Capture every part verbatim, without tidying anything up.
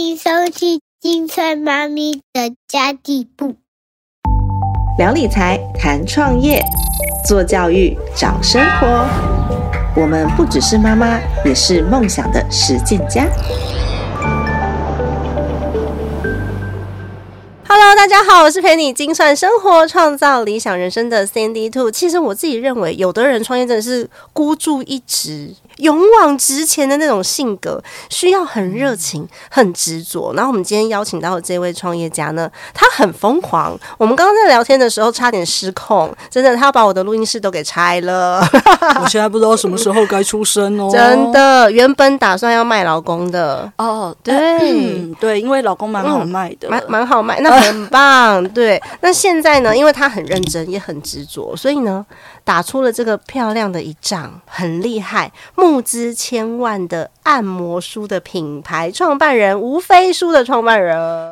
迎收听金翠妈咪的家地部， 聊理财，谈创业，做教育，找生活。我们不只是妈妈，也是梦想的实践家。 Hello， 大家好，我是陪你精算生活、创造理想人生的 Sandy Two。其实我自己认为，有的人创业真的是孤注一掷、勇往直前的那种性格，需要很热情、很执着。然后我们今天邀请到的这位创业家呢，他很疯狂。我们刚刚在聊天的时候差点失控，真的，他把我的录音室都给拆了。 我现在不知道什么时候该出声哦。 真的，原本打算要卖老公的哦， 对、 嗯、对，因为老公蛮好卖的， 蛮、嗯、蛮好卖，那很棒。对，那现在呢，因为他很认真，也很执着，所以呢，打出了这个漂亮的一仗，很厉害，募资千万的按摩梳的品牌创办人，无非梳的创办人。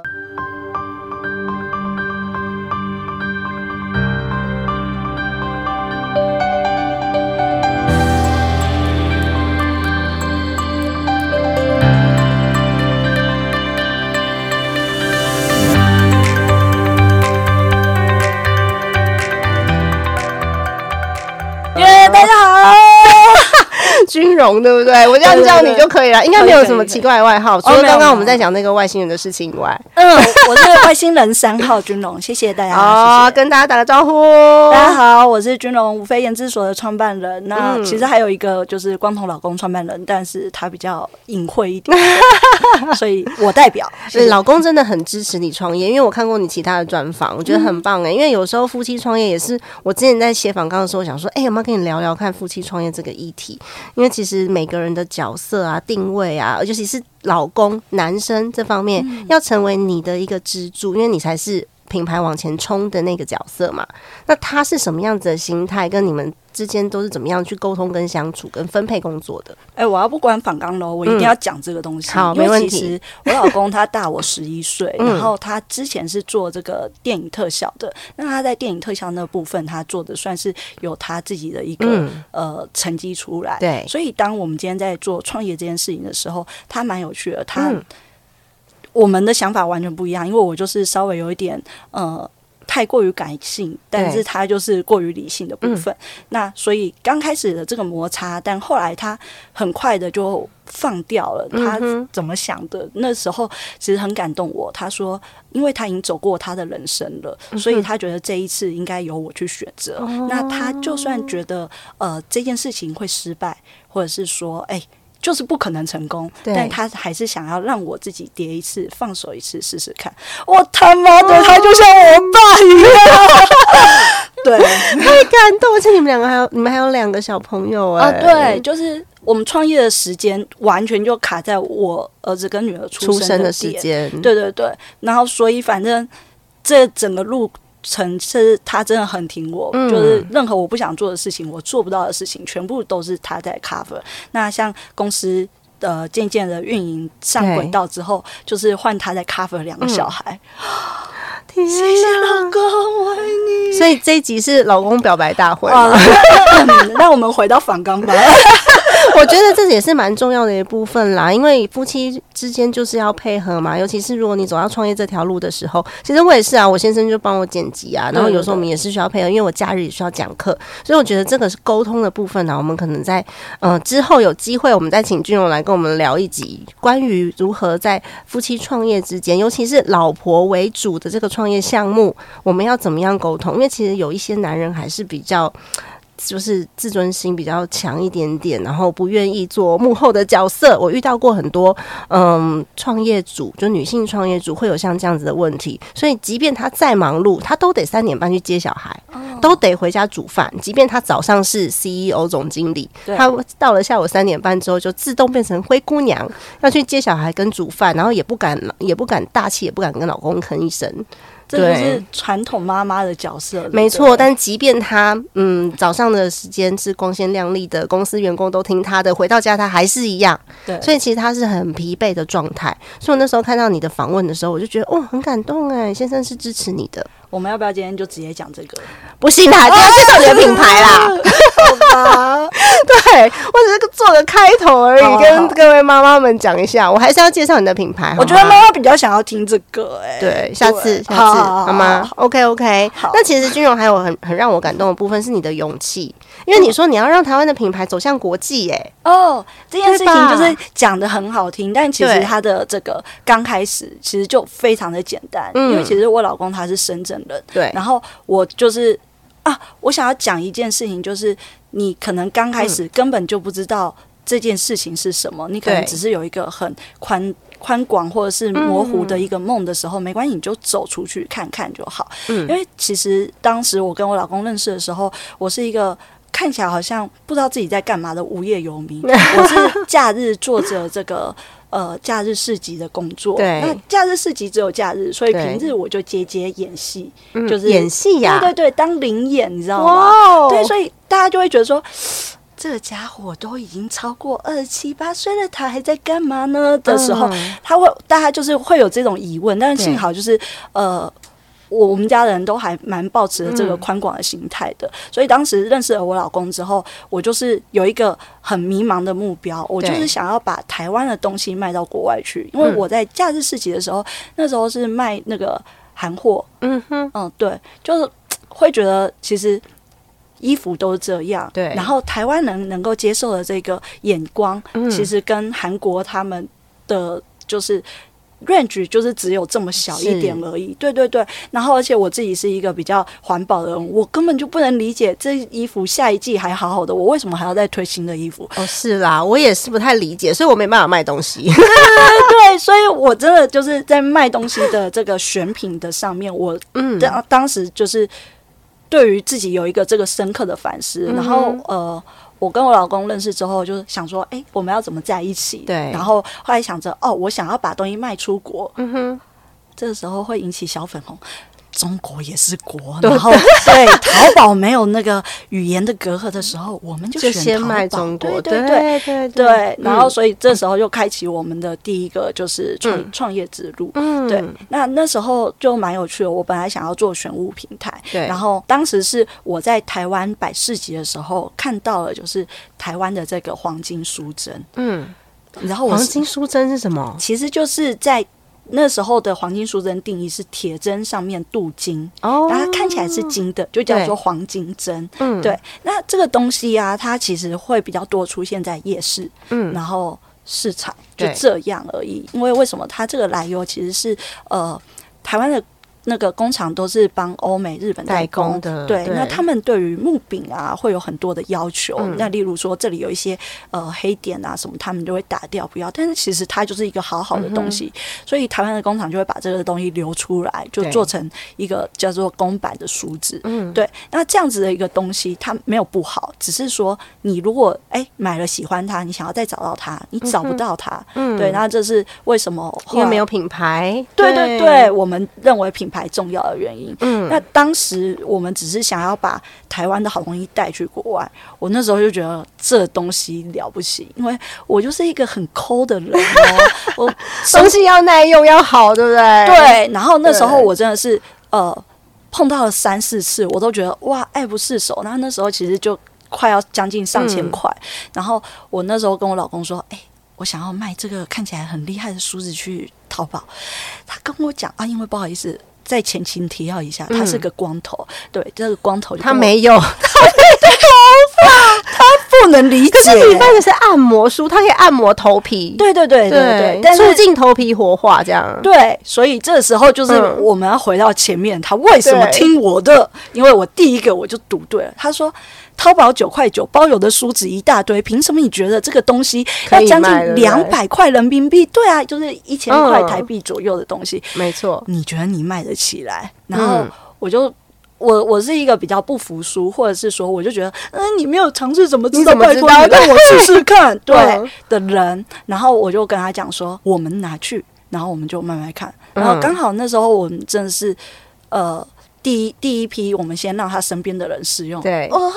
大家好， 军容对不对？我这样叫你就可以了，应该没有什么奇怪的外号，除了刚刚我们在讲那个外星人的事情以外。 嗯，我是外星人三号军容，谢谢大家。 哦， 谢谢跟大家打个招呼。 大家好，我是军容无非研制所的创办人。那其实还有一个就是光头老公创办人，但是他比较隐晦一点，所以我代表。 谢谢老公真的很支持你创业，因为我看过你其他的专访，我觉得很棒哎、欸。因为有时候夫妻创业也是，我之前在写访纲的时候想说，哎、欸，有没有跟你聊聊看夫妻创业这个议题？因为其实每个人的角色啊、定位啊，尤其是老公、男生这方面，嗯、要成为你的一个支柱，因为你才是品牌往前冲的那个角色嘛。那他是什么样子的心态，跟你们之间都是怎么样去沟通、跟相处、跟分配工作的？ 哎、欸，我要不管访纲喽，我一定要讲这个东西。 嗯、好，没问题。 其实我老公他大我十一岁，然后他之前是做这个电影特效的。那他在电影特效那部分，他做的算是有他自己的一个、嗯、呃成绩出来。 对， 所以当我们今天在做创业这件事情的时候，他蛮有趣的。他、嗯、我们的想法完全不一样，因为我就是稍微有一点呃。太过于感性，但是他就是过于理性的部分。那所以刚开始的这个摩擦，但后来他很快的就放掉了。他怎么想的？那时候其实很感动我。他说，因为他已经走过他的人生了，所以他觉得这一次应该由我去选择。那他就算觉得呃这件事情会失败，或者是说，哎、欸。就是不可能成功，但他还是想要让我自己跌一次，放手一次试试看。我他妈的，他就像我爸一样，对， 太感动！而且你们两个还有，你们还有两个小朋友哎、 欸，啊，对，就是我们创业的时间完全就卡在我儿子跟女儿出生 的, 的时间， 对对对，然后所以反正这整个路。城是他真的很挺我、嗯，就是任何我不想做的事情，我做不到的事情，全部都是他在 cover。那像公司呃渐渐的运营上轨道之后，就是换他在 cover 两个小孩。 嗯、 谢谢老公，我爱你。 所以这一集是老公表白大会、啊嗯。那我们回到访纲吧。 我觉得这也是蛮重要的一部分啦，因为夫妻之间就是要配合嘛，尤其是如果你走到创业这条路的时候，其实我也是啊，我先生就帮我剪辑啊，然后有时候我们也是需要配合，因为我假日也需要讲课，所以我觉得这个是沟通的部分啊，我们可能在呃之后有机会，我们再请俊荣来跟我们聊一集关于如何在夫妻创业之间，尤其是老婆为主的这个创业项目，我们要怎么样沟通？因为其实有一些男人还是比较。就是自尊心比较强一点点，然后不愿意做幕后的角色。我遇到过很多嗯创业主，就女性创业主会有像这样子的问题，所以即便他再忙碌，他都得三点半去接小孩，哦、都得回家煮饭。即便他早上是 C E O 总经理，他到了下午三点半之后就自动变成灰姑娘，要去接小孩跟煮饭，然后也不敢也不敢大气，也不敢跟老公吭一声。 这就是传统妈妈的角色， 没错。但即便他嗯早上的时间是光鲜亮丽的，公司员工都听他的，回到家他还是一样。对，所以其实他是很疲惫的状态。所以我那时候看到你的访问的时候，我就觉得哦很感动哎，先生是支持你的。 我们要不要今天就直接讲这个？ 不行啦，今天介绍你的品牌啦。 吧？ 对，我只是做个开头而已， 好好跟各位妈妈们讲一下。我还是要介绍你的品牌。 我觉得妈妈比较想要听这个、欸，哎， 对，下次下次好好吗 ？OK OK。那其实君荣还有很很让我感动的部分是你的勇气，因为你说你要让台湾的品牌走向国际、欸，哎， 哦，这件事情就是讲得很好听，但其实它的这个刚开始其实就非常的简单，嗯、因为其实我老公他是深圳人， 对， 然后我就是啊，我想要讲一件事情，就是你可能刚开始根本就不知道这件事情是什么，嗯、你可能只是有一个很宽宽广或者是模糊的一个梦的时候，嗯、没关系，你就走出去看看就好。嗯，因为其实当时我跟我老公认识的时候，我是一个看起来好像不知道自己在干嘛的无业游民，我是假日做着这个呃假日市集的工作。 对， 那假日市集只有假日，所以平日我就接接演戏，就是演戏呀， 对对对，当临演，你知道吗？哇，对，所以大家就会觉得说，这个家伙都已经超过二十七八岁了，他还在干嘛呢？的时候，嗯、他会大家就是会有这种疑问，但是幸好就是呃。我我们家人都还蛮抱持着这个宽广的心态的，嗯、所以当时认识了我老公之后，我就是有一个很迷茫的目标，我就是想要把台湾的东西卖到国外去，因为我在假日市集的时候，那时候是卖那个韩货，嗯哼，嗯，对，就是会觉得其实衣服都是这样，对，然后台湾人能够接受的这个眼光，嗯、其实跟韩国他们的就是range 就是只有这么小一点而已，对对对。然后，而且我自己是一个比较环保的人，我根本就不能理解这衣服下一季还好好的，我为什么还要再推新的衣服？ 哦，是啦，我也是不太理解，所以我没办法卖东西。对对对对，所以我真的就是在卖东西的这个选品的上面，我嗯当当时就是对于自己有一个这个深刻的反思，嗯、然后呃。我跟我老公认识之后，就是想说，哎、欸，我们要怎么在一起？对。然后后来想着，哦，我想要把东西卖出国。嗯哼。这个时候会引起小粉红。中国也是国，然后对淘宝没有那个语言的隔阂的时候，我们就选先卖中国， 对对对对对。然后，所以这时候就开启我们的第一个就是创创业之路。嗯，对。那那时候就蛮有趣的。我本来想要做选物平台，对。然后当时是我在台湾摆市集的时候看到了，就是台湾的这个黄金书针。嗯， 然后黄金书针是什么？ 其实就是在。那时候的黄金书针定义是铁针上面镀金，哦，然后它看起来是金的，就叫做黄金针。嗯，对。那这个东西啊，它其实会比较多出现在夜市，嗯，然后市场就这样而已。因为为什么它这个来由其实是呃台湾的。那个工厂都是帮欧美、日本代工的，对。那他们对于木柄啊，会有很多的要求。嗯、那例如说，这里有一些呃黑点啊什么，他们就会打掉，不要。但是其实它就是一个好好的东西，嗯、所以台湾的工厂就会把这个东西留出来，就做成一个叫做公版的书纸。嗯，对。那这样子的一个东西，它没有不好，只是说你如果哎、欸、买了喜欢它，你想要再找到它，你找不到它。嗯，对。那这是为什么？ 因为没有品牌。 对对对，我们认为品牌牌重要的原因。嗯，那当时我们只是想要把台湾的好东西带去国外，我那时候就觉得这东西了不起，因为我就是一个很抠的人哦，我东西要耐用要好，对不对？ 对。然后那时候我真的是呃碰到了三四次，我都觉得哇爱不释手。然后那时候其实就快要将近上千块，嗯、然后我那时候跟我老公说，哎、欸。我想要卖这个看起来很厉害的梳子去淘宝，他跟我讲啊，因为不好意思，再前情提要一下，他是个光头，嗯、对，这个光头就他没有，他没头发，他不能理解。 可是你卖的是按摩梳，它可以按摩头皮， 对对对对对， 促进头皮活化，这样对。所以这个时候就是我们要回到前面，他为什么听我的？因为我第一个我就赌对了，他说。淘宝九块九，包邮的梳子一大堆，凭什么你觉得这个东西要将近两百块人民币？对啊，就是一千块台币左右的东西， 嗯、没错。 你觉得你卖得起来？然后我就。我我是一个比较不服输，或者是说，我就觉得，嗯，你没有尝试怎么知道？拜托你让我试试看，对的人。然后我就跟他讲说，我们拿去，然后我们就慢慢看。然后刚好那时候我们真的是，呃，第一第一批，我们先让他身边的人试用。对，哦，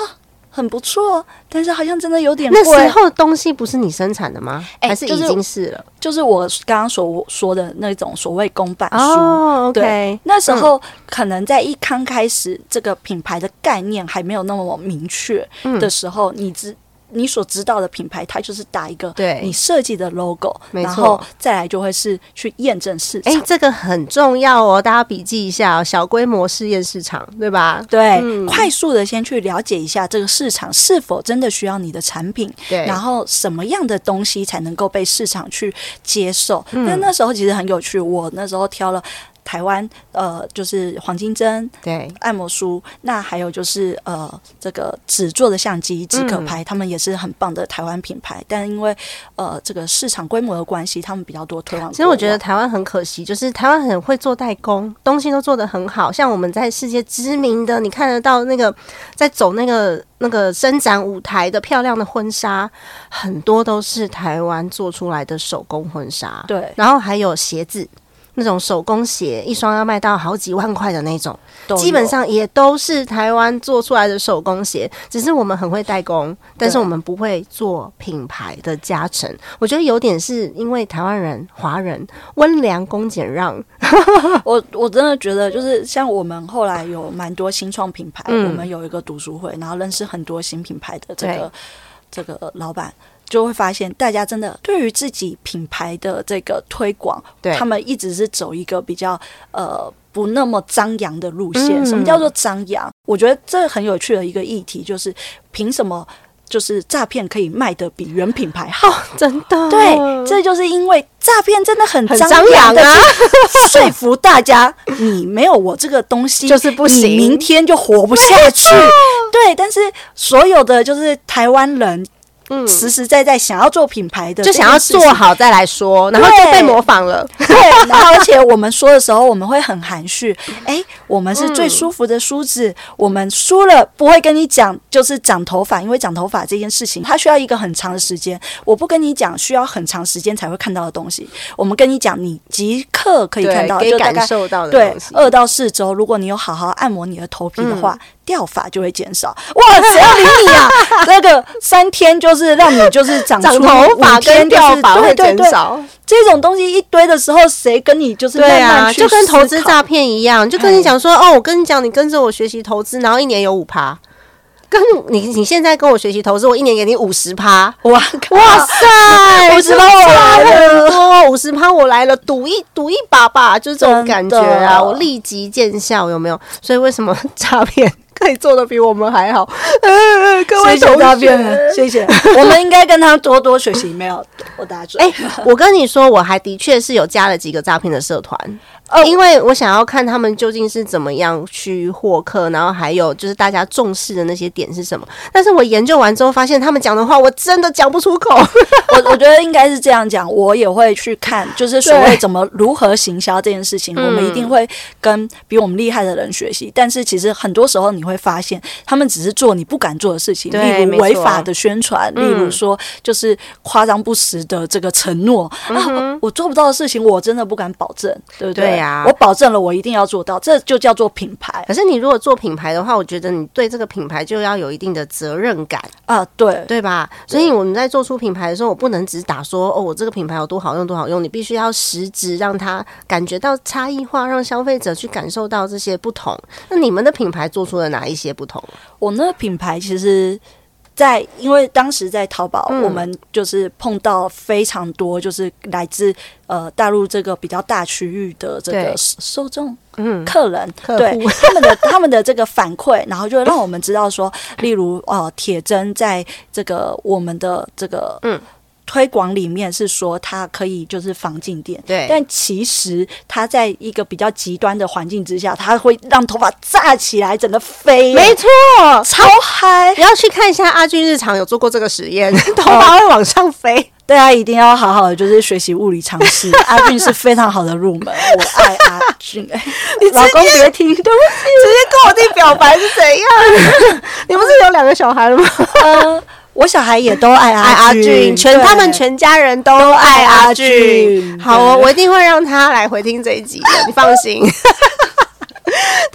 很不错，但是好像真的有点贵。 那时候东西不是你生产的吗？ 欸、 还是已经是了？ 就是、就是我刚刚所说的那种所谓公版书。 哦 ，OK， 对，那时候、嗯、可能在一刚开始这个品牌的概念还没有那么明确的时候，嗯、你知。你所知道的品牌，它就是打一个你设计的 logo， 然后再来就会是去验证市场。 哎、欸，这个很重要哦，大家笔记一下哦。小规模试验市场，对吧？ 对，嗯、快速的先去了解一下这个市场是否真的需要你的产品， 对， 然后什么样的东西才能够被市场去接受。那、嗯、那时候其实很有趣，我那时候挑了。台湾呃，就是黄金针， 对， 按摩梳，那还有就是呃，这个纸做的相机，纸可拍，嗯、他们也是很棒的台湾品牌，但因为呃这个市场规模的关系，他们比较多推广。 其实我觉得台湾很可惜，就是台湾很会做代工，东西都做得很好，像我们在世界知名的，你看得到那个在走那个那个伸展舞台的漂亮的婚纱，很多都是台湾做出来的手工婚纱， 对， 然后还有鞋子。那种手工鞋一双要卖到好几万块的那种，基本上也都是台湾做出来的手工鞋，只是我们很会代工，但是我们不会做品牌的加成。我觉得有点是因为台湾人、华人温良恭俭让。 我我真的觉得，就是像我们后来有蛮多新创品牌，嗯、我们有一个读书会，然后认识很多新品牌的这个这个老板。就会发现，大家真的对于自己品牌的这个推广，他们一直是走一个比较呃不那么张扬的路线。嗯、什么叫做张扬？我觉得这很有趣的一个议题，就是凭什么就是诈骗可以卖得比原品牌好？ 哦、真的， 对，这就是因为诈骗真的很张扬的、啊、说服大家，你没有我这个东西就是不行， 你明天就活不下去。对，但是所有的就是台湾人。嗯，实实在在想要做品牌的， 就想要做好再来说，然后就被模仿了。 对，然后而且我们说的时候，我们会很含蓄。哎、欸，我们是最舒服的梳子，嗯、我们梳了不会跟你讲，就是长头发，因为长头发这件事情，它需要一个很长的时间。我不跟你讲需要很长时间才会看到的东西，我们跟你讲，你即刻可以看到， 可以感受到的东西。对，二到四周，如果你有好好按摩你的头皮的话。嗯掉发就会减少，哇！谁要理你啊？那个三天就是让你就是长出头发跟掉发会减少， 对对对，这种东西一堆的时候，谁跟你就是慢慢去思考？ 对啊，就跟投资诈骗一样，就跟你讲说哦，我跟你讲，你跟着我学习投资，然后一年有五趴。跟你你现在跟我学习投资，我一年给你五十趴， 哇哇塞， 五十趴我来了， 五十趴我来了，赌一赌一把吧，就是这种感觉啊，我立即见效，有没有？所以为什么诈骗可以做得比我们还好？呃，各位同学， 谢谢，我们应该跟他多多学习。没有，我打准。 哎、欸，我跟你说，我还的确是有加了几个诈骗的社团。哦，因为我想要看他们究竟是怎么样去获客，然后还有就是大家重视的那些点是什么。但是我研究完之后发现，他们讲的话我真的讲不出口。 我我觉得应该是这样讲，我也会去看，就是所谓怎么如何行销这件事情，我们一定会跟比我们厉害的人学习。但是其实很多时候你会发现，他们只是做你不敢做的事情，例如违法的宣传，例如说就是夸张不实的这个承诺、嗯、啊，我做不到的事情，我真的不敢保证，对不对？ 对啊， 我保证了，我一定要做到，这就叫做品牌。 可是你如果做品牌的话，我觉得你对这个品牌就要有一定的责任感啊，对对吧？所以我们在做出品牌的时候，我不能只打说哦，我这个品牌有多好用多好用，你必须要实质让它感觉到差异化，让消费者去感受到这些不同。那你们的品牌做出了哪一些不同？ 我那个品牌其实在因为当时在淘宝、嗯、我们就是碰到非常多就是来自呃大陆这个比较大区域的这个受众嗯客人对他们的他们的这个反馈，然后就让我们知道说，例如呃铁针在这个我们的这个嗯推广里面是说它可以就是防静电， 对， 但其实它在一个比较极端的环境之下，它会让头发炸起来，整个飞， 没错， 超嗨！ 你要去看一下阿俊日常有做过这个实验，头发会往上飞。 大家一定要好好的就是学习物理常识，阿俊是非常好的入门，我爱阿俊。哎、欸，老公别听，对不起，直接跟我弟表白是怎样？你不是有两个小孩了吗？ 呃我小孩也都爱阿俊， 全他们全家人都爱阿俊。好哦，我一定会让他来回听这一集的，你放心。太好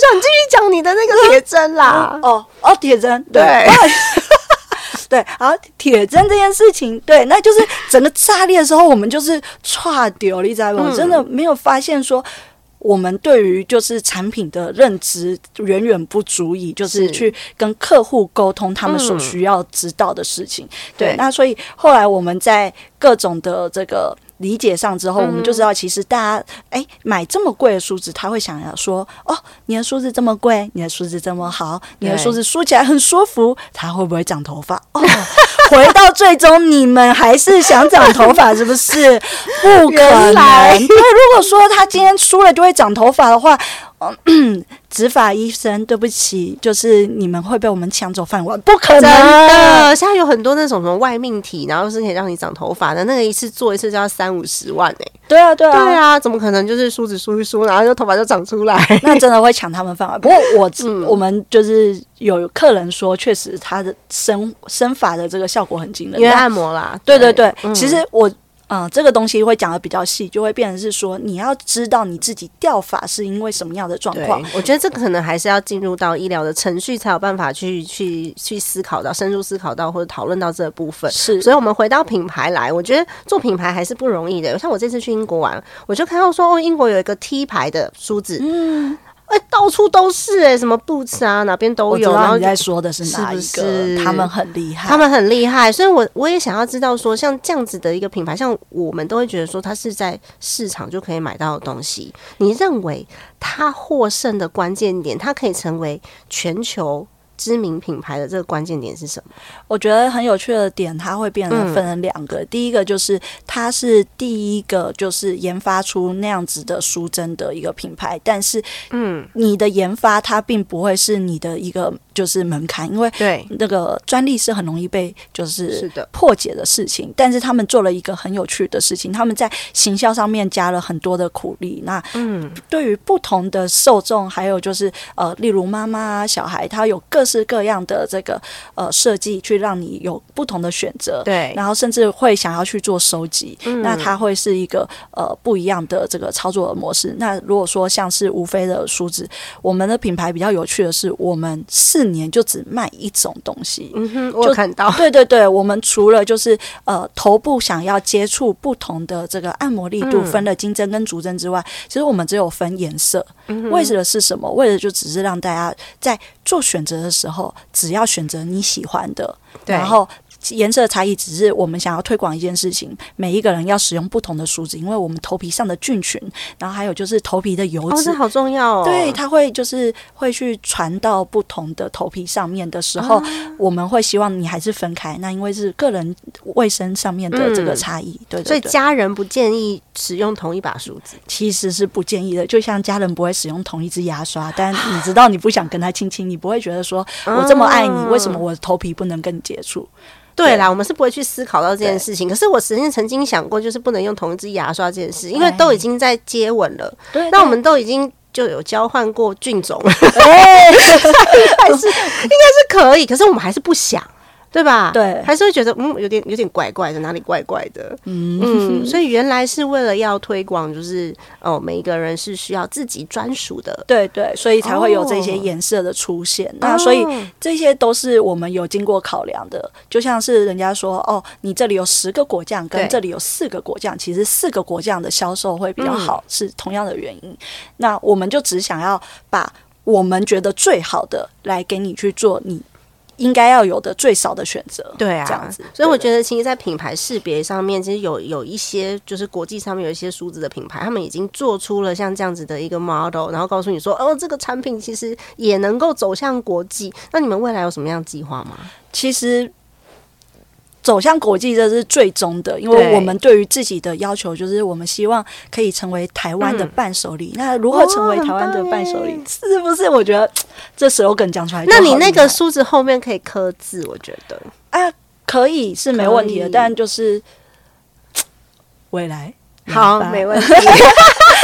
想继续讲你的那个铁针啦。 哦哦，铁针，对。 对对，好，铁针这件事情，对，那就是整个炸裂的时候，我们就是唰丢，你知道吗？我真的没有发现说，我们对于就是产品的认知远远不足以，就是去跟客户沟通他们所需要知道的事情。嗯、对，对，那所以后来我们在各种的这个理解上之后，我们就知道，其实大家哎买这么贵的梳子，他会想要说，哦，你的梳子这么贵，你的梳子这么好，你的梳子梳起来很舒服，他会不会长头发？哦，回到最终，你们还是想长头发，是不是？不可能。对，如果说他今天梳了就会长头发的话，嗯，植发医生，对不起，就是你们会被我们抢走饭碗，不可能的。现在有很多那种什么外命体，然后是可以让你长头发的，那个一次做一次就要三五十万哎、欸。 对啊，对啊， 对啊，怎么可能就是梳子梳一梳，然后就头发就长出来？ 那真的会抢他们饭碗。不过我、嗯、我们就是有客人说，确实他的生生发的这个效果很惊人， 因为按摩啦。 对对对，嗯、其实我。嗯，这个东西会讲的比较细，就会变成是说，你要知道你自己掉发是因为什么样的状况。 我觉得这个可能还是要进入到医疗的程序，才有办法去去去思考到、深入思考到或者讨论到这个部分。 是， 所以我们回到品牌来，我觉得做品牌还是不容易的。像我这次去英国玩，我就看到说，哦，英国有一个 T 牌的梳子，嗯。哎、欸，到处都是哎、欸，什么 Boots 啊，哪边都有。 我知道你在说的是哪一个？是是他们很厉害， 他们很厉害。所以我我也想要知道说，像这样子的一个品牌，像我们都会觉得说，它是在市场就可以买到的东西。你认为它获胜的关键点，它可以成为全球知名品牌的这个关键点是什么？ 我觉得很有趣的点，它会变成分成两个、嗯。第一个就是它是第一个就是研发出那样子的梳针的一个品牌，但是嗯，你的研发它并不会是你的一个就是门槛，因为对那个专利是很容易被就是破解的事情。但是他们做了一个很有趣的事情，他们在行销上面加了很多的苦力。那嗯，对于不同的受众，还有就是呃，例如妈妈、小孩，他有各式各样的这个呃设计，去让你有不同的选择。对，然后甚至会想要去做收集。嗯、那它会是一个呃不一样的这个操作的模式。那如果说像是无非的梳子，我们的品牌比较有趣的是，我们四年就只卖一种东西。 嗯哼，我有看到。 对对对，我们除了就是呃头部想要接触不同的这个按摩力度，嗯、分了金针跟足针之外，其实我们只有分颜色。嗯、为了是什么？为了就只是让大家在做选择的时候，只要选择你喜欢的，然后颜色的差异只是我们想要推广一件事情，每一个人要使用不同的梳子，因为我们头皮上的菌群，然后还有就是头皮的油脂， 哦，这好重要哦。 对，它会就是会去传到不同的头皮上面的时候，哦、我们会希望你还是分开。那因为是个人卫生上面的这个差异，嗯、对, 对, 对， 所以家人不建议使用同一把梳子， 其实是不建议的。就像家人不会使用同一支牙刷，但你知道你不想跟他亲亲，你不会觉得说我这么爱你，为什么我的头皮不能跟你接触？ 对啦，我们是不会去思考到这件事情。可是我曾经曾经想过，就是不能用同一支牙刷这件事，因为都已经在接吻了。对，那我们都已经就有交换过菌种了，还是应该是可以。可是我们还是不想。对吧？对，还是会觉得嗯，有点有点怪怪的，哪里怪怪的？嗯嗯，所以原来是为了要推广，就是哦，每一个人是需要自己专属的， 对对，所以才会有这些颜色的出现。哦、那所以这些都是我们有经过考量的。就像是人家说哦，你这里有十个果酱，跟这里有四个果酱，其实四个果酱的销售会比较好，嗯、是同样的原因。那我们就只想要把我们觉得最好的来给你去做你应该要有的最少的选择， 对啊， 这样子。 所以我觉得，其实，在品牌识别上面，其实有有一些，就是国际上面有一些梳子的品牌，他们已经做出了像这样子的一个 model， 然后告诉你说，哦，这个产品其实也能够走向国际。那你们未来有什么样的计划吗？ 其实。走向国际这是最终的，因为我们对于自己的要求就是我们希望可以成为台湾的伴手礼。嗯、那如何成为台湾的伴手礼？哦、是不是？我觉得这 slogan 讲出来就好， 那你那个梳子后面可以刻字，我觉得啊，可以是没问题的，但就是未来好没问题。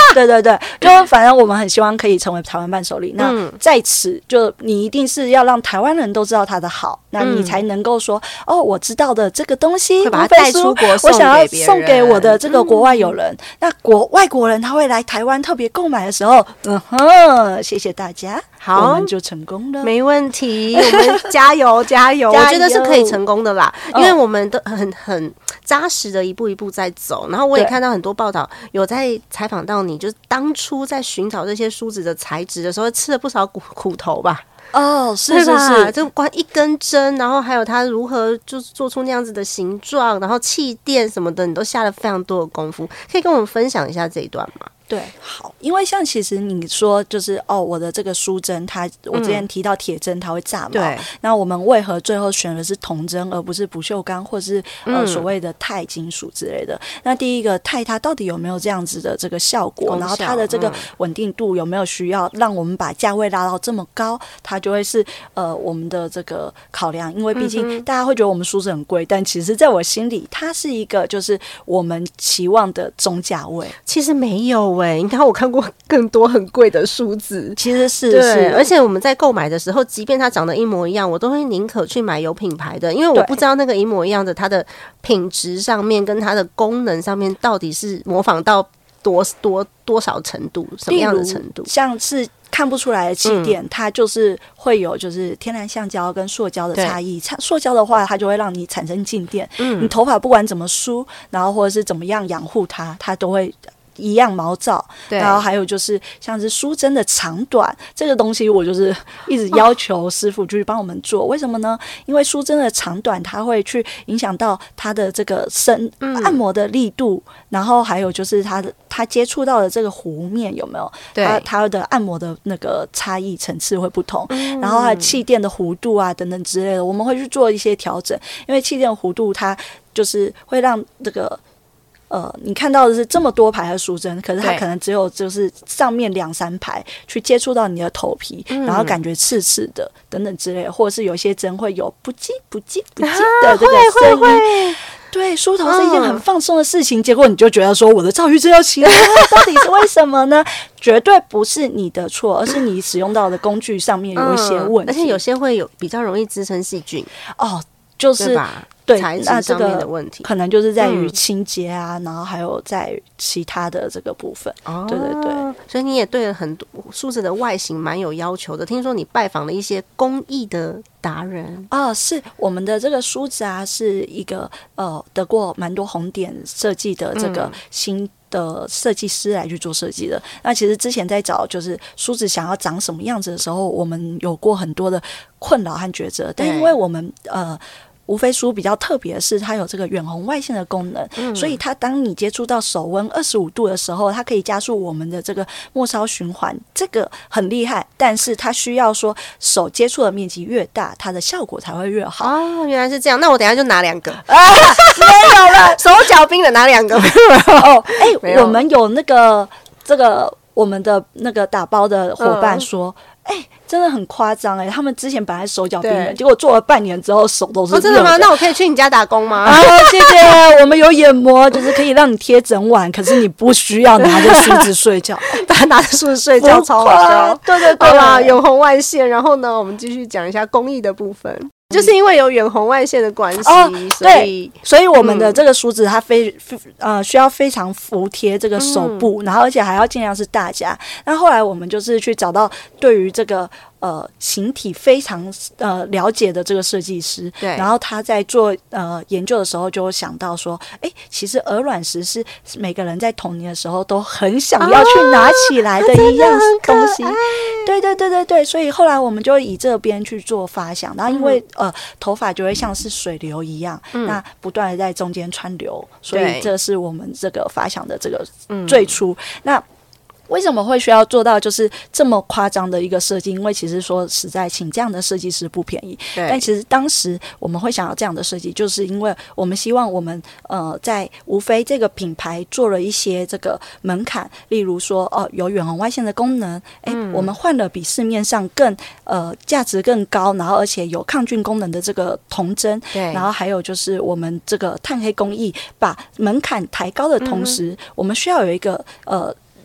对对对，就反正我们很希望可以成为台湾伴手礼。那在此，就你一定是要让台湾人都知道它的好，那你才能够说、嗯、哦，我知道的这个东西， 会把它带出国送给别人， 我想要送给我的这个国外友人。嗯、那国外国人他会来台湾特别购买的时候，嗯哼，谢谢大家，好，我们就成功了， 没问题，我们加油加油，我觉得是可以成功的啦，因为我们都很很扎实的一步一步在走，然后我也看到很多报道有在采访到你，就是当初在寻找这些梳子的材质的时候，吃了不少苦苦头吧。 哦，是是是， 就光一根针，然后还有它如何就是做出那样子的形状，然后气垫什么的，你都下了非常多的功夫，可以跟我们分享一下这一段吗？ 对，好，因为像其实你说就是哦，我的这个梳针，它我之前提到铁针它会炸毛，对，那我们为何最后选的是铜针而不是不锈钢或是呃、嗯、所谓的钛金属之类的？那第一个钛它到底有没有这样子的这个效果？然后它的这个稳定度有没有需要让我们把价位拉到这么高？它就会是呃我们的这个考量，因为毕竟大家会觉得我们梳子很贵，但其实在我心里，它是一个就是我们期望的中价位。 其实没有。你看我看过更多很贵的梳子， 其实是对是， 而且我们在购买的时候，即便它长得一模一样，我都会宁可去买有品牌的，因为我不知道那个一模一样的它的品质上面跟它的功能上面到底是模仿到多多多少程度，什么样的程度， 像是看不出来的气垫、嗯、它就是会有就是天然橡胶跟塑胶的差异，塑胶的话它就会让你产生静电、嗯、你头发不管怎么梳，然后或者是怎么样养护它，它都会一样毛躁。然后还有就是像是梳针的长短这个东西，我就是一直要求师傅去帮我们做、哦、为什么呢？因为梳针的长短它会去影响到它的这个身、嗯、按摩的力度，然后还有就是它的它接触到的这个弧面有没有，它它的按摩的那个差异层次会不同、嗯、然后还有气垫的弧度啊等等之类的，我们会去做一些调整，因为气垫的弧度它就是会让这个呃，你看到的是这么多排的梳针，可是它可能只有就是上面两三排去接触到你的头皮、嗯、然后感觉刺刺的等等之类的，或者是有些针会有不叽不叽不叽的这个声音、啊、对，梳头是一件很放松的事情、嗯、结果你就觉得说我的躁郁症要起来了到底是为什么呢？绝对不是你的错，而是你使用到的工具上面有一些问题、嗯、 而且有些会有比较容易滋生细菌哦，就是对，材质上面的问题可能就是在于清洁啊、嗯、然后还有在其他的这个部分、哦、对对对， 所以你也对了很多梳子的外形蛮有要求的，听说你拜访了一些工艺的达人啊、哦，是我们的这个梳子啊，是一个呃得过蛮多红点设计的这个新的设计师来去做设计的、嗯、那其实之前在找就是梳子想要长什么样子的时候，我们有过很多的困扰和抉择，但因为我们呃无非梳比较特别的是它有这个远红外线的功能、嗯、所以它当你接触到手温二十五度的时候，它可以加速我们的这个末梢循环，这个很厉害，但是它需要说手接触的面积越大，它的效果才会越好。 哦，原来是这样，那我等一下就拿两个啊，没有了手脚冰的拿两个哦，哎、欸，我们有那个这个我们的那个打包的伙伴说哎、嗯欸，真的很夸张哎！他们之前本来手脚冰冷，结果做了半年之后手都是热的、 哦、真的吗？那我可以去你家打工吗？ 啊，谢谢！我们有眼膜，就是可以让你贴整晚，可是你不需要拿着梳子睡觉， 他拿着梳子睡觉超好笑。 对对对啦，远红外线。然后呢，我们继续讲一下工艺的部分。就是因为有远红外线的关系、哦，所以所以我们的这个梳子它非、嗯、呃需要非常服贴这个手部、嗯，然后而且还要尽量是大家。那后来我们就是去找到对于这个呃形体非常呃了解的这个设计师，对，然后他在做呃研究的时候就想到说，哎，其实鹅卵石是每个人在童年的时候都很想要去拿起来的一样东西。哦，对对对对对，所以后来我们就以这边去做发想，然后因为、嗯、呃头发就会像是水流一样，嗯、那不断的在中间川流，所以这是我们这个发想的这个最初。嗯、那为什么会需要做到就是这么夸张的一个设计？因为其实说实在，请这样的设计师不便宜。但其实当时我们会想要这样的设计，就是因为我们希望我们呃在无非这个品牌做了一些这个门槛，例如说哦、呃、有远红外线的功能，哎、嗯，我们换了比市面上更呃价值更高，然后而且有抗菌功能的这个铜针，对，然后还有就是我们这个碳黑工艺把门槛抬高的同时，嗯、我们需要有一个呃。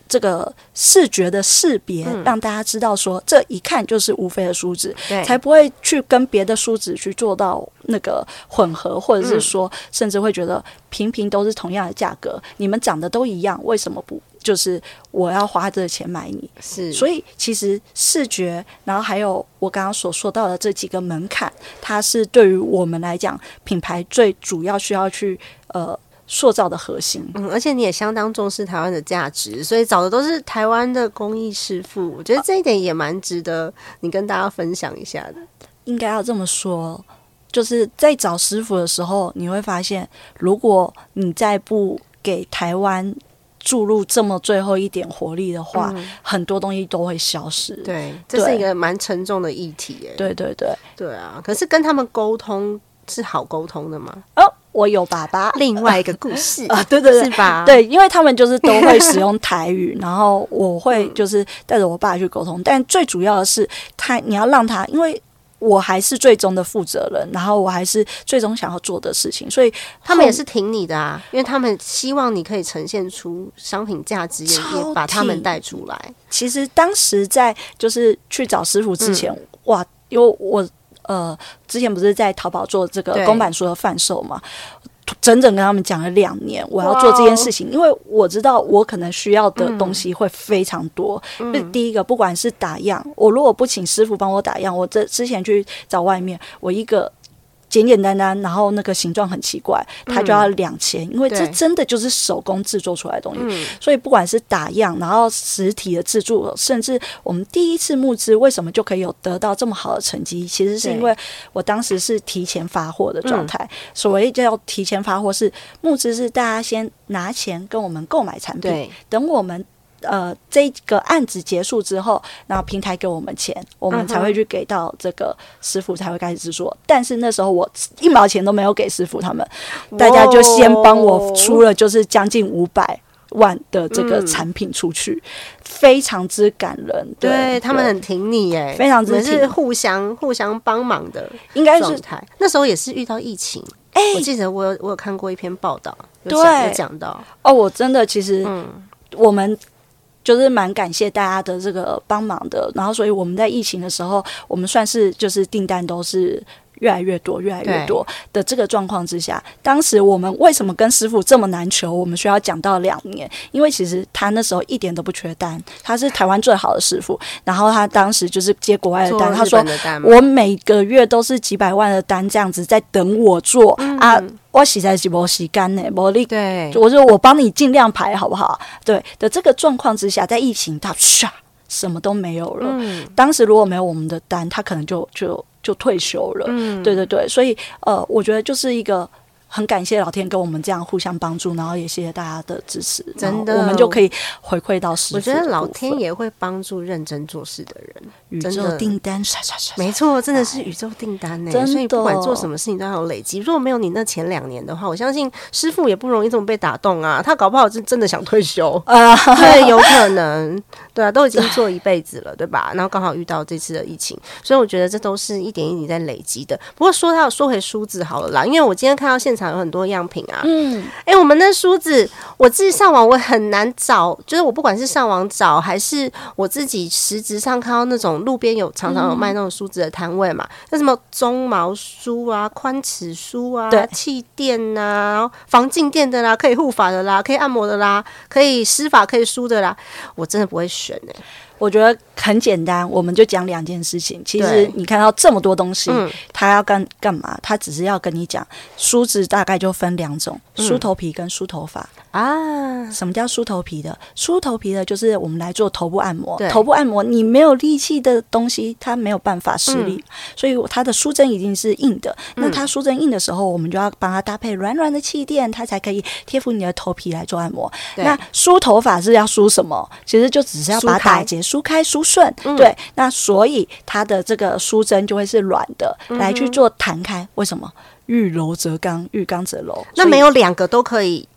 这个视觉的识别，嗯、让大家知道说这一看就是吴非的梳子，才不会去跟别的梳子去做到那个混合，或者是说、嗯、甚至会觉得平平都是同样的价格，你们长得都一样，为什么不就是我要花这个钱买你？是，所以其实视觉，然后还有我刚刚所说到的这几个门槛，它是对于我们来讲品牌最主要需要去呃塑造的核心。 嗯，而且你也相当重视台湾的价值，所以找的都是台湾的工艺师傅，我觉得这一点也蛮值得你跟大家分享一下的。 应该要这么说，就是在找师傅的时候，你会发现，如果你再不给台湾注入这么最后一点活力的话、嗯、很多东西都会消失。 对，这是一个蛮沉重的议题耶。 对对对对啊，可是跟他们沟通是好沟通的吗？ 哦，我有爸爸另外一个故事啊，对对对， 是吧？ 对，因为他们就是都会使用台语然后我会就是带着我爸去沟通、嗯、但最主要的是他你要让他，因为我还是最终的负责人，然后我还是最终想要做的事情，所以他们也是挺你的啊，因为他们希望你可以呈现出商品价值，也也把他们带出来。 其实当时在就是去找师傅之前、嗯、哇，因为我呃之前不是在淘宝做这个公版书的贩售嘛，整整跟他们讲了两年我要做这件事情，因为我知道我可能需要的东西会非常多、嗯、就是第一个不管是打样，我如果不请师傅帮我打样，我这之前去找外面，我一个简简单单然后那个形状很奇怪它就要两千、嗯、因为这真的就是手工制作出来的东西、嗯、所以不管是打样然后实体的制作，甚至我们第一次募资为什么就可以有得到这么好的成绩，其实是因为我当时是提前发货的状态、嗯、所谓叫提前发货是募资是大家先拿钱跟我们购买产品，等我们呃，这个案子结束之后，然后平台给我们钱，我们才会去给到这个师傅，才会开始制作。但是那时候我一毛钱都没有给师傅他们，大家就先帮我出了就是将近五百万的这个产品出去，嗯、非常之感人。对， 对他们很挺你耶， 非常之挺， 是互相互相帮忙的， 应该是那时候也是遇到疫情。欸、我记得我有我有看过一篇报道，有对， 有讲到哦，我真的其实、嗯、我们。就是蛮感谢大家的这个帮忙的，然后所以我们在疫情的时候，我们算是就是订单都是越来越多越来越多的这个状况之下，当时我们为什么跟师傅这么难求，我们需要讲到两年，因为其实他那时候一点都不缺单，他是台湾最好的师傅，然后他当时就是接国外的单，他说我每个月都是几百万的单这样子在等我做、嗯、啊，我实在是没时间呢，没力，对，我说我帮你尽量排好不好？对的，这个状况之下，在疫情他唰什么都没有了、嗯。当时如果没有我们的单，他可能就就就退休了。嗯，对对对，所以呃，我觉得就是一个。很感谢老天跟我们这样互相帮助，然后也谢谢大家的支持，真的，我们就可以回馈到师父。 我觉得老天也会帮助认真做事的人， 宇宙订单刷刷刷， 没错，真的是宇宙订单呢、欸。所以不管做什么事情都要有累积。如果没有你那前两年的话，我相信师父也不容易这么被打动啊。他搞不好是真的想退休啊，对，有可能，对啊，都已经做一辈子了，对吧？然后刚好遇到这次的疫情，所以我觉得这都是一点一滴在累积的。不过说到说回梳子好了啦，因为我今天看到现场。有很多样品啊，嗯，哎、欸，我们的梳子，我自己上网我很难找，就是我不管是上网找，还是我自己实质上看到那种路边有常常有卖那种梳子的摊位嘛，那、嗯、什么鬃毛梳啊、宽齿梳啊、气垫啊，然后防静电的啦，可以护发的啦，可以按摩的啦，可以施发可以梳的啦，我真的不会选哎、欸。 我觉得很简单，我们就讲两件事情。其实你看到这么多东西，嗯、他要干干嘛？他只是要跟你讲，梳子大概就分两种：梳头皮跟梳头发。啊，什么叫梳头皮的？梳头皮的就是我们来做头部按摩。头部按摩，你没有力气的东西，它没有办法施力，嗯、所以它的梳针一定是硬的。那它梳针硬的时候，我们就要帮它搭配软软的气垫，它才可以贴服你的头皮来做按摩。那梳头发是要梳什么？其实就只是要把打结梳开梳顺、嗯，对，那所以它的这个梳针就会是软的，嗯、来去做弹开。为什么？遇柔则刚，遇刚则柔。 那没有两个都可以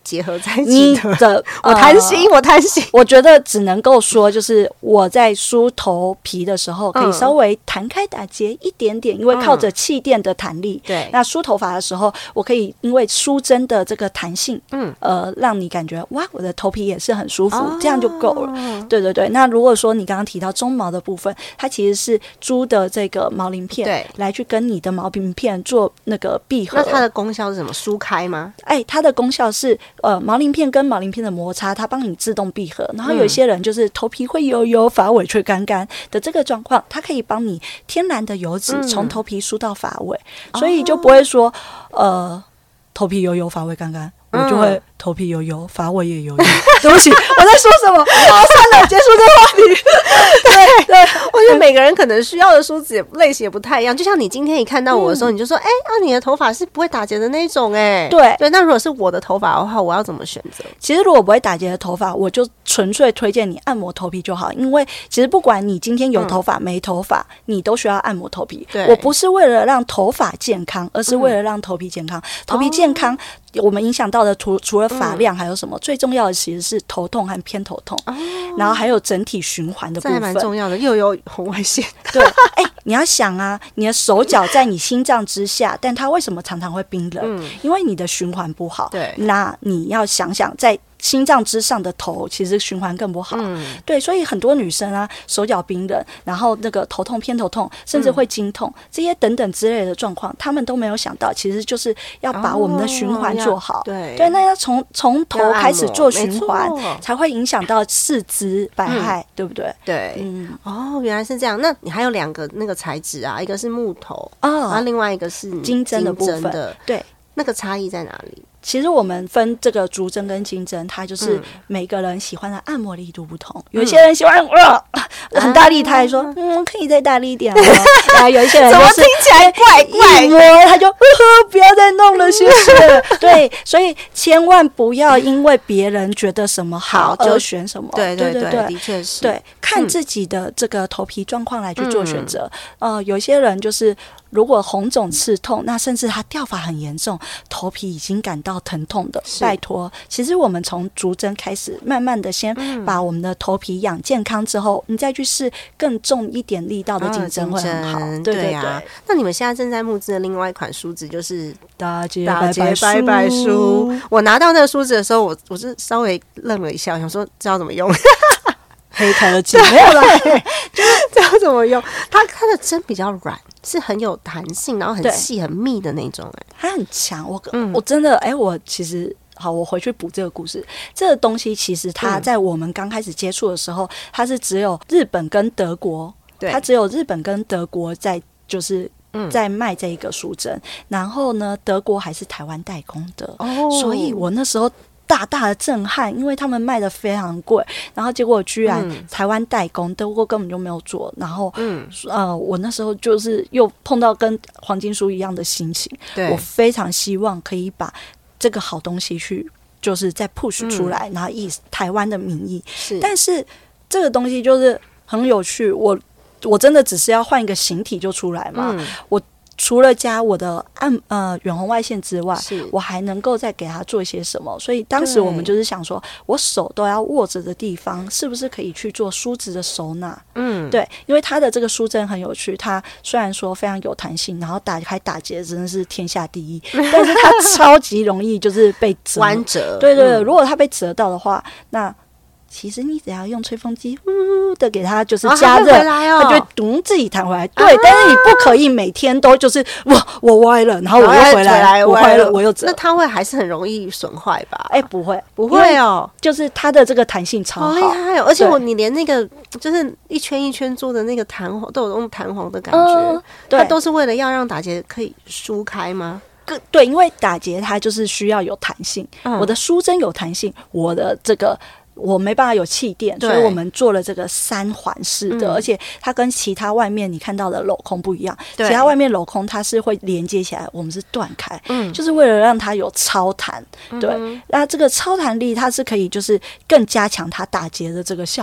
结合在一起的。 的我贪心，呃、我贪心。 我觉得只能够说，就是我在梳头皮的时候，可以稍微弹开打结一点点，因为靠着气垫的弹力。对、嗯，那梳头发的时候，我可以因为梳针的这个弹性，嗯，呃，让你感觉哇，我的头皮也是很舒服，哦、这样就够了。对对对。那如果说你刚刚提到中毛的部分，它其实是猪的这个毛鳞片，对，来去跟你的毛鳞片做那个闭合。 那它的功效是什么？梳开吗？ 哎，它的功效是呃，毛鳞片跟毛鳞片的摩擦，它帮你自动闭合。然后有一些人就是头皮会油油、发尾却干干的这个状况，它可以帮你天然的油脂从头皮梳到发尾，嗯、所以就不会说呃，头皮油油、发尾干干。我就会头皮油油，发尾也油油。对不起，我在说什么？好，算了，结束这个话题。 对对，我觉得每个人可能需要的梳子类型也不太一样。就像你今天一看到我的时候，嗯、你就说：“哎、欸，啊，你的头发是不会打结的那种、欸。”哎， 对对。那如果是我的头发的话，我要怎么选择？ 其实如果不会打结的头发，我就纯粹推荐你按摩头皮就好。因为其实不管你今天有头发、嗯、没头发，你都需要按摩头皮。对，我不是为了让头发健康，而是为了让头皮健康。嗯、头皮健康。哦，我们影响到的除除了发量还有什么、嗯、最重要的其实是头痛和偏头痛、哦、然后还有整体循环的部分， 这还蛮重要的，又有红外线。 对，哎、欸，你要想啊，你的手脚在你心脏之下，但它为什么常常会冰冷、嗯、因为你的循环不好。对，那你要想想在心脏之上的头其实循环更不好、嗯、对，所以很多女生啊手脚冰冷，然后那个头痛偏头痛甚至会经痛、嗯、这些等等之类的状况，他们都没有想到其实就是要把我们的循环做好、哦、对对，那要从从头开始做循环才会影响到四肢百骸、嗯、对不对？ 对，嗯，哦，原来是这样。那你还有两个那个材质啊，一个是木头、哦、然后另外一个是金针的部分。对，那个差异在哪里？ 其实我们分这个竹针跟金针，它就是每个人喜欢的按摩力度不同。嗯、有一些人喜欢哇、呃、很大力，他还说嗯可以再大力一点哦。然后有一些人就是怎么听起来怪怪一摸他就、呃、不要再弄了，谢谢。对，所以千万不要因为别人觉得什么好就选什么。 对对 对, 对, 对，的确是。 对，看自己的这个头皮状况来去做选择。嗯、呃，有一些人就是如果红肿刺痛，那甚至他掉发很严重，头皮已经感到疼痛的，拜托，其实我们从竹针开始，慢慢的先把我们的头皮养健康之后，嗯、你再去试更重一点力道的金针会很好。 对对对、啊。那你们现在正在募资的另外一款梳子就是大姐大姐拜拜梳。我拿到那个梳子的时候，我我是稍微愣了一下，想说知道怎么用。 黑科技没有啦， 就是知道怎么用。它它的针比较软，是很有弹性，然后很细很密的那种、欸。哎， 它很强。我、嗯、我真的哎、欸，我其实好，我回去补这个故事。这个东西其实它在我们刚开始接触的时候，嗯、它是只有日本跟德国，它只有日本跟德国在就是。在卖这个梳针，然后呢，德国还是台湾代工的，哦、所以我那时候大大的震撼，因为他们卖的非常贵，然后结果居然台湾代工，德国根本就没有做，然后，嗯、呃，我那时候就是又碰到跟黄金梳一样的心情，我非常希望可以把这个好东西去，就是再 push 出来，嗯、然后以台湾的名义，是，但是这个东西就是很有趣，我。我真的只是要换一个形体就出来嘛、嗯、我除了加我的按呃远红外线之外，我还能够再给它做一些什么，所以当时我们就是想说我手都要握着的地方是不是可以去做梳子的收纳。嗯，对，因为它的这个梳针很有趣，它虽然说非常有弹性，然后打开打结真的是天下第一，但是它超级容易就是被折弯折。 对对对、嗯、如果它被折到的话，那其实你只要用吹风机呼呼的给它就是加热、哦、它就会咚自己弹回来。对、啊，但是你不可以每天都就是我我歪了，然后我又回来，我歪了我又折。 那它会还是很容易损坏吧？ 哎、欸，不会， 不会哦， 就是它的这个弹性超好，好厉害哦！而且我你连那个就是一圈一圈做的那个弹簧都有那种弹簧的感觉，嗯、对，它都是为了要让打结可以梳开吗？ 对，因为打结它就是需要有弹性，嗯、我的梳针有弹性，我的这个。我没办法有气垫，所以我们做了这个三环式的、嗯、而且它跟其他外面你看到的镂空不一样，其他外面镂空它是会连接起来，我们是断开、嗯、就是为了让它有超弹、嗯、对，那这个超弹力它是可以就是更加强它打结的这个效果、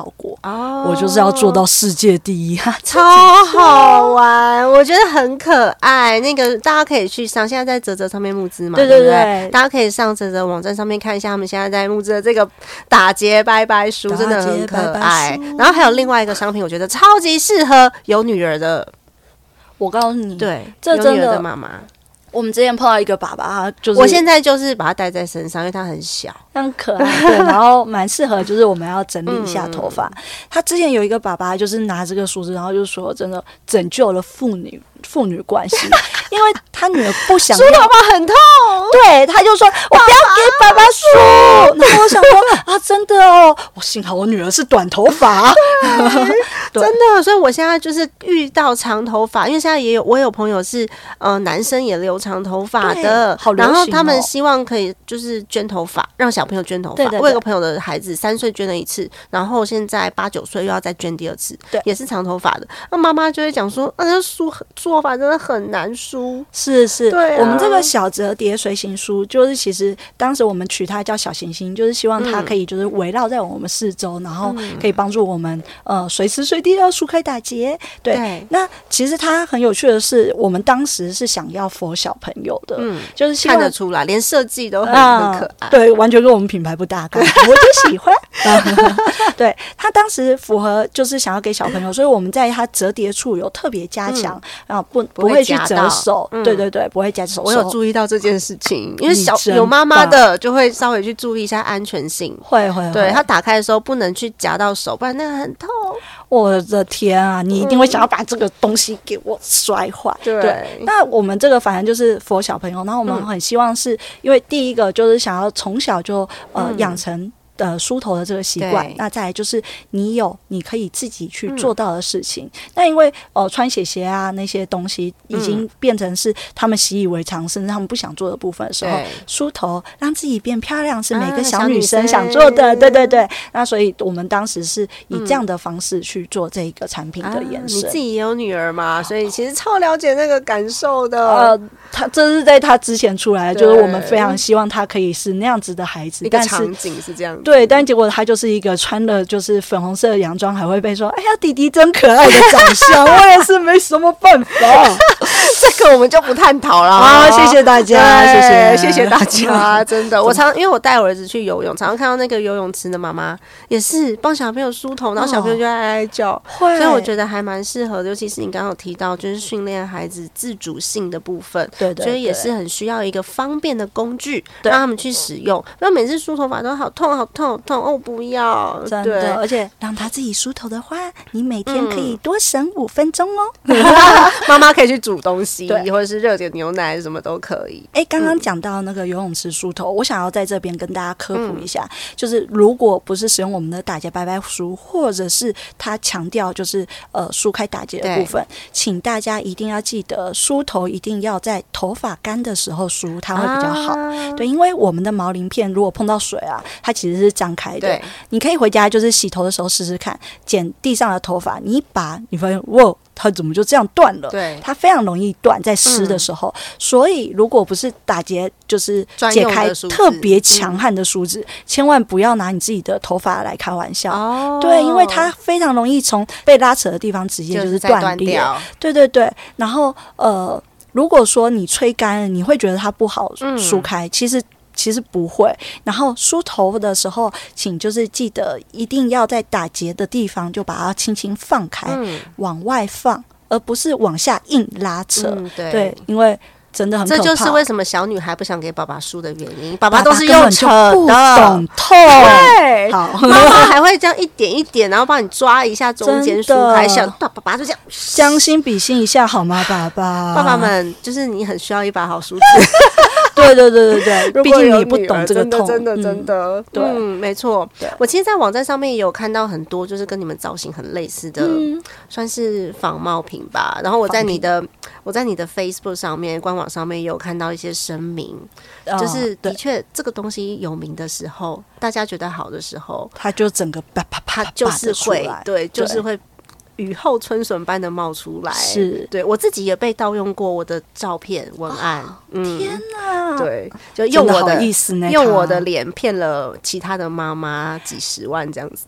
哦，我就是要做到世界第一， 超好玩，我觉得很可爱。那个大家可以去上，现在在嘖嘖上面募资嘛， 对对 对, 对，大家可以上嘖嘖网站上面看一下，他们现在在募资的这个打结拜拜书，真的很可爱。然后还有另外一个商品，我觉得超级适合有女儿的。 我告诉你， 对， 这真的有女儿的妈妈。 我们之前碰到一个爸爸，就是我现在就是把他带在身上，因为他很小， 很可爱，对，然后蛮适合，就是我们要整理一下头发。嗯、他之前有一个爸爸，就是拿这个梳子，然后就说真的拯救了父女父女关系，因为他女儿不想梳头发很痛， 对，他就说我不要给爸爸梳。然后我想说啊，真的哦，我幸好我女儿是短头发， 真的，所以我现在就是遇到长头发，因为现在也有我有朋友是呃男生也留长头发的， 好流行哦， 然后他们希望可以就是捐头发，让小朋友捐头发。 对对对， 我有个朋友的孩子三岁捐了一次，然后现在八九岁又要再捐第二次， 对， 也是长头发的。那妈妈就会讲说，啊，那梳梳头发真的很难梳。 是是， 对啊， 我们这个小折叠随行梳，就是其实当时我们取它叫小行星，就是希望它可以就是围绕在我们四周，嗯、然后可以帮助我们呃随时随地要梳开打结。对，对，那其实它很有趣的是，我们当时是想要 for 小朋友的，嗯，就是希望看得出来，连设计都很、 呃、 很可爱， 对，完全跟我们品牌不搭嘎，我就喜欢。对，他当时符合就是想要给小朋友，所以我们在它折叠处有特别加强，然、嗯、后不不会去折手，嗯、对对对，不会夹手。 我有注意到这件事情，因为小有妈妈的就会稍微去注意一下安全性， 会会， 对，它打开的时候不能去夹到手，不然那个很痛。 我的天啊，你一定会想要把这个东西给我摔坏。 对， 对，那我们这个反正就是 for 小朋友，然后我们很希望是、嗯、因为第一个就是想要从小就呃养、嗯、成。呃，梳头的这个习惯，那再来就是你有你可以自己去做到的事情。嗯、那因为呃穿鞋鞋啊那些东西已经变成是他们习以为常，嗯、甚至他们不想做的部分的时候，梳头让自己变漂亮是每个小女生想做的。啊、对对对，那所以我们当时是以这样的方式去做这个产品的延伸。 啊、你自己也有女儿嘛，所以其实超了解那个感受的。 呃，他这是在他之前出来的，就是我们非常希望他可以是那样子的孩子， 一个场景是这样子。 对，但结果他就是一个穿的就是粉红色的洋装，还会被说哎呀弟弟真可爱的长相，我也是没什么办法。 这个我们就不探讨了啊！谢谢大家，谢谢谢谢大家，真的，我常因为我带我儿子去游泳，常常看到那个游泳池的妈妈也是帮小朋友梳头，然后小朋友就在哀哀叫，所以我觉得还蛮适合的。尤其是你刚刚有提到，就是训练孩子自主性的部分， 对对， 所以也是很需要一个方便的工具，让他们去使用。不然每次梳头发都好痛，好痛，好痛哦！不要， 真的，而且让他自己梳头的话，你每天可以多省五分钟哦。 妈妈可以去煮东西，或者是热点牛奶，什么都可以。 哎，刚刚讲到那个游泳池梳头，我想要在这边跟大家科普一下，嗯、就是如果不是使用我们的打结拜拜梳，或者是他强调就是呃梳开打结的部分，请大家一定要记得梳头一定要在头发干的时候梳，它会比较好。啊、对，因为我们的毛鳞片如果碰到水啊，它其实是张开的。对，你可以回家就是洗头的时候试试看，剪地上的头发，你一拔，你发现哇，它怎么就这样断了？对，它非常容易断，在湿的时候。嗯、所以如果不是打结，就是解开特别强悍的梳子，嗯、千万不要拿你自己的头发来开玩笑。哦，对，因为它非常容易从被拉扯的地方直接就是断裂。对对对，然后呃，如果说你吹干了，你会觉得它不好梳开，嗯、其实。其实不会，然后梳头的时候，请就是记得一定要在打结的地方就把它轻轻放开，嗯、往外放，而不是往下硬拉扯。嗯、对, 对，因为真的很可怕。 这就是为什么小女孩不想给爸爸梳的原因，爸爸都是用扯的， 不懂痛。 对，好，妈妈还会这样一点一点，然后帮你抓一下中间梳开，小爸爸就这样将心比心一下好吗？爸爸， 爸爸们，就是你很需要一把好梳子。 对对对对对，毕竟你不懂这个痛， 真的真的真的，对，嗯，没错。我其实，在网站上面也有看到很多，就是跟你们造型很类似的，嗯、算是仿冒品吧。然后我在你的我在你的 Facebook 上面、官网上面也有看到一些声明，哦、就是的确这个东西有名的时候，大家觉得好的时候， 它就整个啪啪啪， 它就是会对，就是会。雨后春笋般的冒出来，是对我自己也被盗用过我的照片文案，哦嗯、天哪！ 对，就用我的意思呢， 用我的脸骗了其他的妈妈几十万这样子。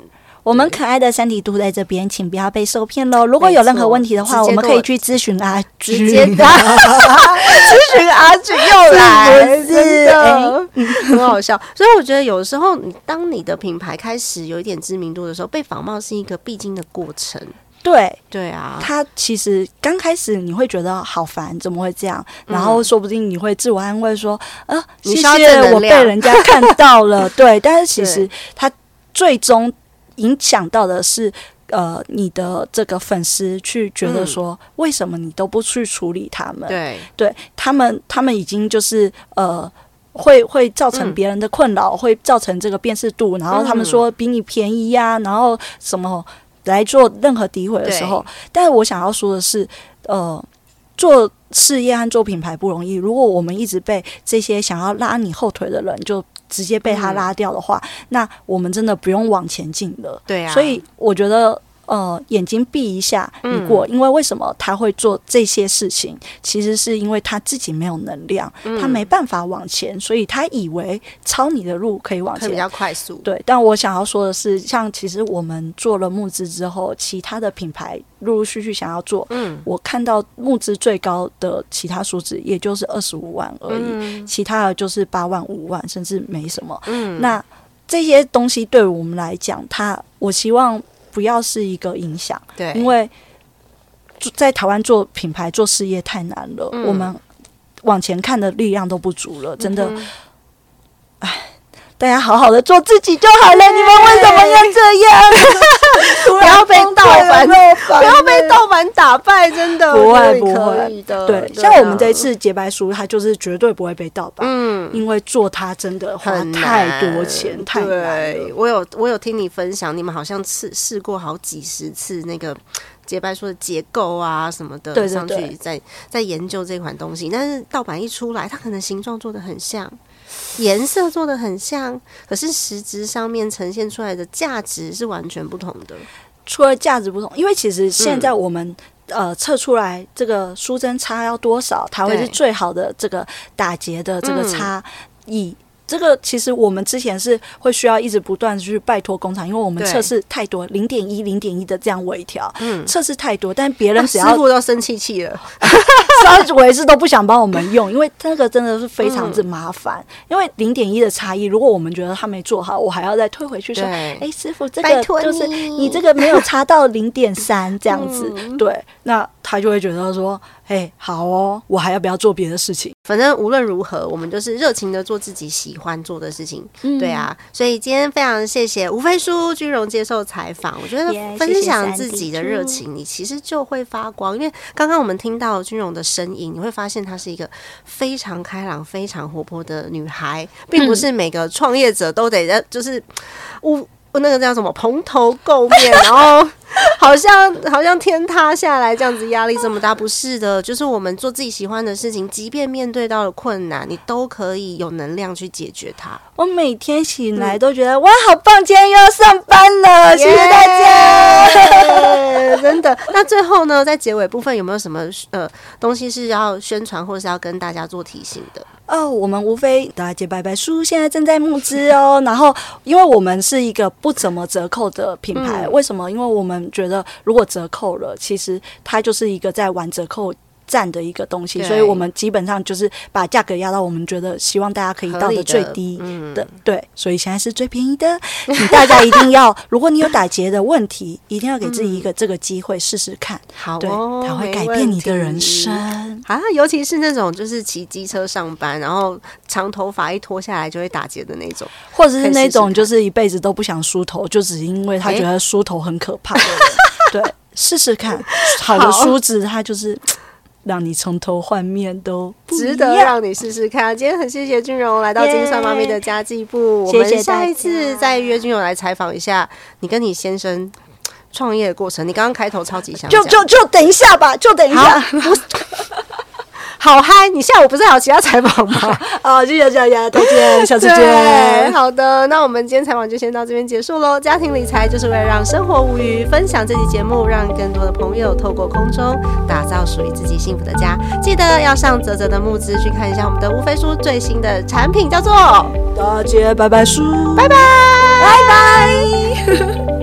我们可爱的三体都在这边，请不要被受骗喽。如果有任何问题的话，我们可以去咨询阿菊， 直接咨询阿菊又来， 是不是？ 欸、很好笑。所以我觉得有时候，当你的品牌开始有一点知名度的时候，被仿冒是一个必经的过程。 对对啊， 他其实刚开始你会觉得好烦，怎么会这样？然后说不定你会自我安慰说：“啊，谢谢我被人家看到了。”对，但是其实他最终影响到的是。呃，你的这个粉丝去觉得说，嗯、为什么你都不去处理他们？ 对， 对他们，他们已经就是呃，会会造成别人的困扰，嗯、会造成这个辨识度，然后他们说比你便宜呀、啊，然后什么来做任何诋毁的时候，但是我想要说的是，呃，做事业和做品牌不容易。如果我们一直被这些想要拉你后腿的人就直接被他拉掉的话，嗯、那我们真的不用往前进了。 对啊， 所以我觉得。呃，眼睛闭一下，你过、嗯，因为为什么他会做这些事情？其实是因为他自己没有能量，嗯、他没办法往前，所以他以为抄你的路可以往前， 比较快速。 对，但我想要说的是，像其实我们做了募资之后，其他的品牌陆陆续续想要做，嗯，我看到募资最高的其他数字也就是二十五万而已，嗯、其他的就是八万、五万，甚至没什么。嗯，那这些东西对我们来讲，它我希望。不要是一个影响， 对， 因为在台湾做品牌做事业太难了，嗯、我们往前看的力量都不足了，真的。哎、嗯，大家好好的做自己就好了，你们为什么要这样？ 不要被盗版，不要被盗版打败，真的不会不会的。 对，对像我们这一次洁白书，它就是绝对不会被盗版，嗯，因为做它真的花太多钱，太难了。 我有我有听你分享，你们好像试试过好几十次那个。洁白书的结构啊什么的， 对对对上去在在研究这款东西，但是盗版一出来，它可能形状做得很像，颜色做得很像，可是实质上面呈现出来的价值是完全不同的。 除了价值不同，因为其实现在我们、嗯、呃测出来这个书针差要多少，它会是最好的这个打结的这个差异。嗯这个其实我们之前是会需要一直不断去拜托工厂，因为我们测试太多，零点一、零点一的这样微调，嗯，测试太多，但别人只要、 啊、师傅都生气气了， 稍微是都不想帮我们用，因为那个真的是非常之麻烦。嗯、因为零点一的差异，如果我们觉得他没做好，我还要再退回去说，哎、欸，师傅，这个就是你这个没有差到零点三这样子，嗯、对，那他就会觉得说。哎，好哦，我还要不要做别的事情？ 反正无论如何，我们就是热情的做自己喜欢做的事情，嗯、对啊。所以今天非常谢谢吴飞书君荣接受采访，我觉得分享自己的热情，你其实就会发光。因为刚刚我们听到君荣的声音，你会发现她是一个非常开朗、非常活泼的女孩，并不是每个创业者都得就是无。那个叫什么蓬头垢面，然后好像好像天塌下来这样子，压力这么大，不是的，就是我们做自己喜欢的事情，即便面对到了困难，你都可以有能量去解决它。 我每天醒来都觉得、嗯、哇，好棒，今天又要上班了， yeah, 谢谢大家， 真的。那最后呢，在结尾部分有没有什么呃东西是要宣传，或是要跟大家做提醒的？ 哦，我们无非大洁白白书现在正在募资哦，然后因为我们是一个不怎么折扣的品牌，嗯、为什么？因为我们觉得如果折扣了，其实它就是一个在玩折扣战的一个东西，所以我们基本上就是把价格压到我们觉得希望大家可以到的最低的，嗯、对，所以现在是最便宜的，请大家一定要，如果你有打结的问题，一定要给自己一个这个机会试试看， 好、哦， 对，它会改变你的人生啊，尤其是那种就是骑机车上班，然后长头发一脱下来就会打结的那种， 或者是那种就是一辈子都不想梳头，就只是因为他觉得梳头很可怕的人，对，试试看，好的梳子它就是让你从头换面都值得让你试试看。今天很谢谢君荣来到精算妈咪的家计部， yeah, 我们下一次再约君荣来采访一下你跟你先生创业的过程。你刚刚开头超级想讲， 就就就等一下吧，就等一下。 好嗨！你下午不是还有其他采访吗？ 哦，谢谢大家，再见，下次见。 好的，那我们今天采访就先到这边结束喽。家庭理财就是为了让生活无虞，分享这期节目，让更多的朋友透过空中打造属于自己幸福的家。记得要上泽泽的募资去看一下我们的无飞书最新的产品，叫做大洁白白书。 拜拜， 拜拜。